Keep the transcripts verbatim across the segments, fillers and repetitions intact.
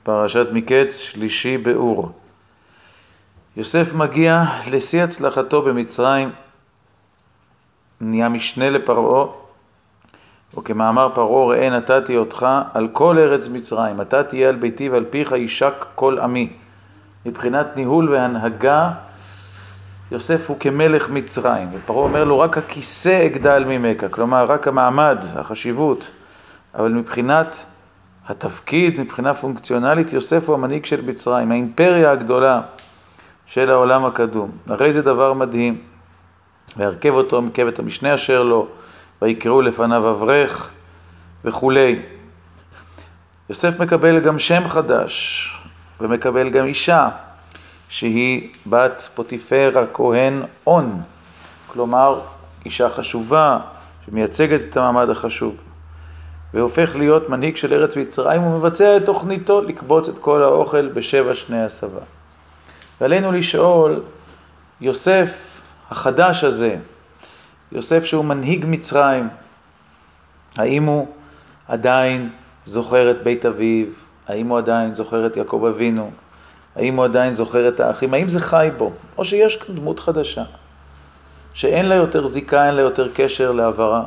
פרשת מקץ, שלישי באור. יוסף מגיע לשיא הצלחתו במצרים, נהיה משנה לפרעה, וכמאמר פרעה, ראה נתתי אותך על כל ארץ מצרים, אתה תהיה על ביתי ועל פיך יישק כל עמי. מבחינת ניהול והנהגה, יוסף הוא כמלך מצרים, ופרעה אומר לו רק הכיסא אגדל ממך, כלומר רק המעמד, החשיבות, אבל מבחינת התפקיד, מבחינה פונקציונלית, יוסף הוא המנהיג של מצרים, האימפריה הגדולה של העולם הקדום. הרי זה דבר מדהים, והרכב אותו מכבת המשנה אשר לו, ויקראו לפניו אברך וכולי. יוסף מקבל גם שם חדש, ומקבל גם אישה, שהיא בת פוטיפר הכהן און, כלומר אישה חשובה, שמייצגת את המעמד החשוב. והופך להיות מנהיג של ארץ מצרים, ומבצע את תוכניתו לקבוץ את כל האוכל בשבע שני הסבה. ועלינו לשאול, יוסף החדש הזה, יוסף שהוא מנהיג מצרים, האם הוא עדיין זוכר את בית אביו? האם הוא עדיין זוכר את יעקב אבינו? האם הוא עדיין זוכר את האחים? האם זה חי בו? או שיש כאן דמות חדשה, שאין לה יותר זיקה, אין לה יותר קשר לעברה?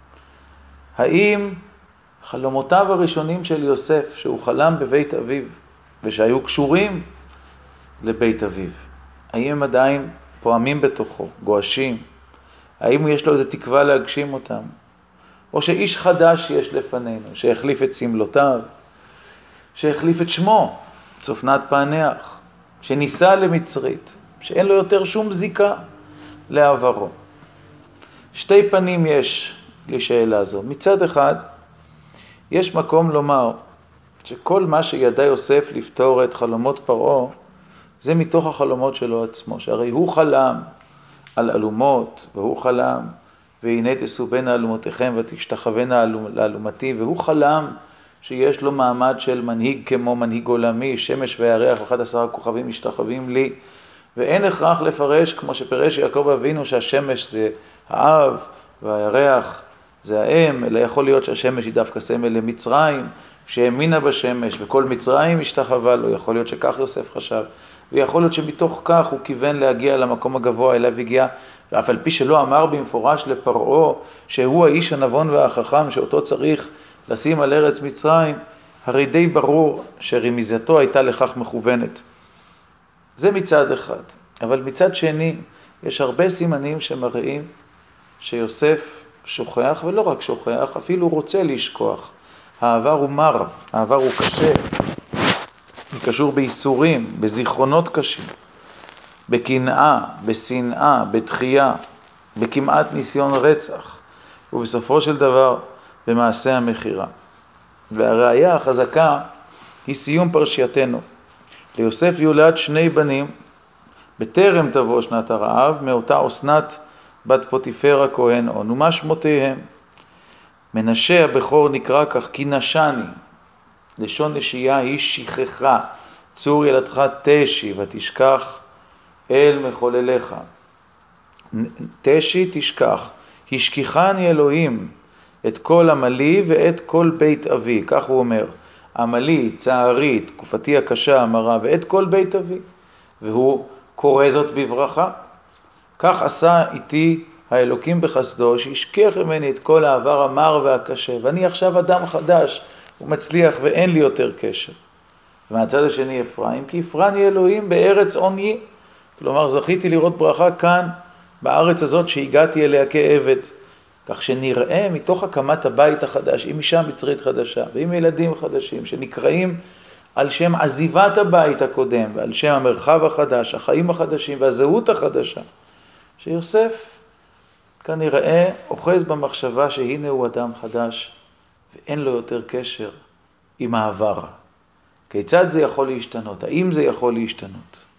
האם חלומותיו הראשונים של יוסף, שהוא חלם בבית אביו, ושהיו קשורים לבית אביו, האם הם עדיין פועמים בתוכו, גועשים? האם יש לו איזו תקווה להגשים אותם? או שאיש חדש יש לפנינו, שהחליף את סמלותיו, שהחליף את שמו, צופנת פענח, שניסה למצרית, שאין לו יותר שום זיקה לעברו? שתי פנים יש לשאלה זו. מצד אחד, יש מקום לומר שכל מה שידע יוסף לפתור את חלומות פרעה, זה מתוך החלומות שלו עצמו, שהרי הוא חלם על אלומות, והוא חלם, והנה תסו בין אלומותיכם ותשתחוונה לאלומתי, והוא חלם שיש לו מעמד של מנהיג כמו מנהיג עולמי, שמש וירח ואחד עשר הכוכבים משתחווים לי, ואין הכרח לפרש כמו שפרש יעקב אבינו שהשמש זה האב והירח זה האם, אלא יכול להיות שהשמש היא דווקא סמל למצרים, שהאמינה בשמש וכל מצרים השתחווה לו, יכול להיות שכך יוסף חשב, ויכול להיות שמתוך כך הוא כיוון להגיע למקום הגבוה אליו הגיע, ואף על פי שלא אמר במפורש לפרעה שהוא האיש הנבון והחכם שאותו צריך לשים על ארץ מצרים, הרי די ברור שרמיזתו הייתה לכך מכוונת. זה מצד אחד. אבל מצד שני, יש הרבה סימנים שמראים שיוסף שוכח, ולא רק שוכח, אפילו רוצה לשכוח. העבר הוא מר, העבר הוא קשה, הוא קשור בייסורים, בזיכרונות קשים, בקנאה, בשנאה, בתחייה, בכמעט ניסיון רצח, ובסופו של דבר במעשה המחירה. והראיה החזקה היא סיום פרשייתנו. ליוסף יולד שני בנים, בטרם תבוא שנת הרעב, מאותה אסנת בת פוטיפר הכהן און. ומה שמותיהם? מנשה הבכור נקרא כך כי נשני, לשון נשייה היא שכחה, צור ילדך תשי ותשכח אל מחולליך. תשי תשכח, השכיחני אלוהים את כל עמלי ואת כל בית אבי, כך הוא אומר, עמלי, צערי, תקופתי הקשה, המרה, ואת כל בית אבי, והוא קורא זאת בברכה. כך עשה איתי האלוקים בחסדו, שהשכיח ממני את כל העבר המר והקשה, ואני עכשיו אדם חדש, הוא מצליח ואין לי יותר קשר. ומהצד השני אפרים, כי הפרני אלוהים בארץ עוני, כלומר זכיתי לראות ברכה כאן, בארץ הזאת שהגעתי אליה כעבד, כך שנראה מתוך הקמת הבית החדש, עם אישה מצרית חדשה, ועם ילדים חדשים, שנקראים על שם עזיבת הבית הקודם, ועל שם המרחב החדש, החיים החדשים והזהות החדשה, שיוסף כנראה אוחז במחשבה שהנה הוא אדם חדש, ואין לו יותר קשר עם העבר. כיצד זה יכול להשתנות? האם זה יכול להשתנות?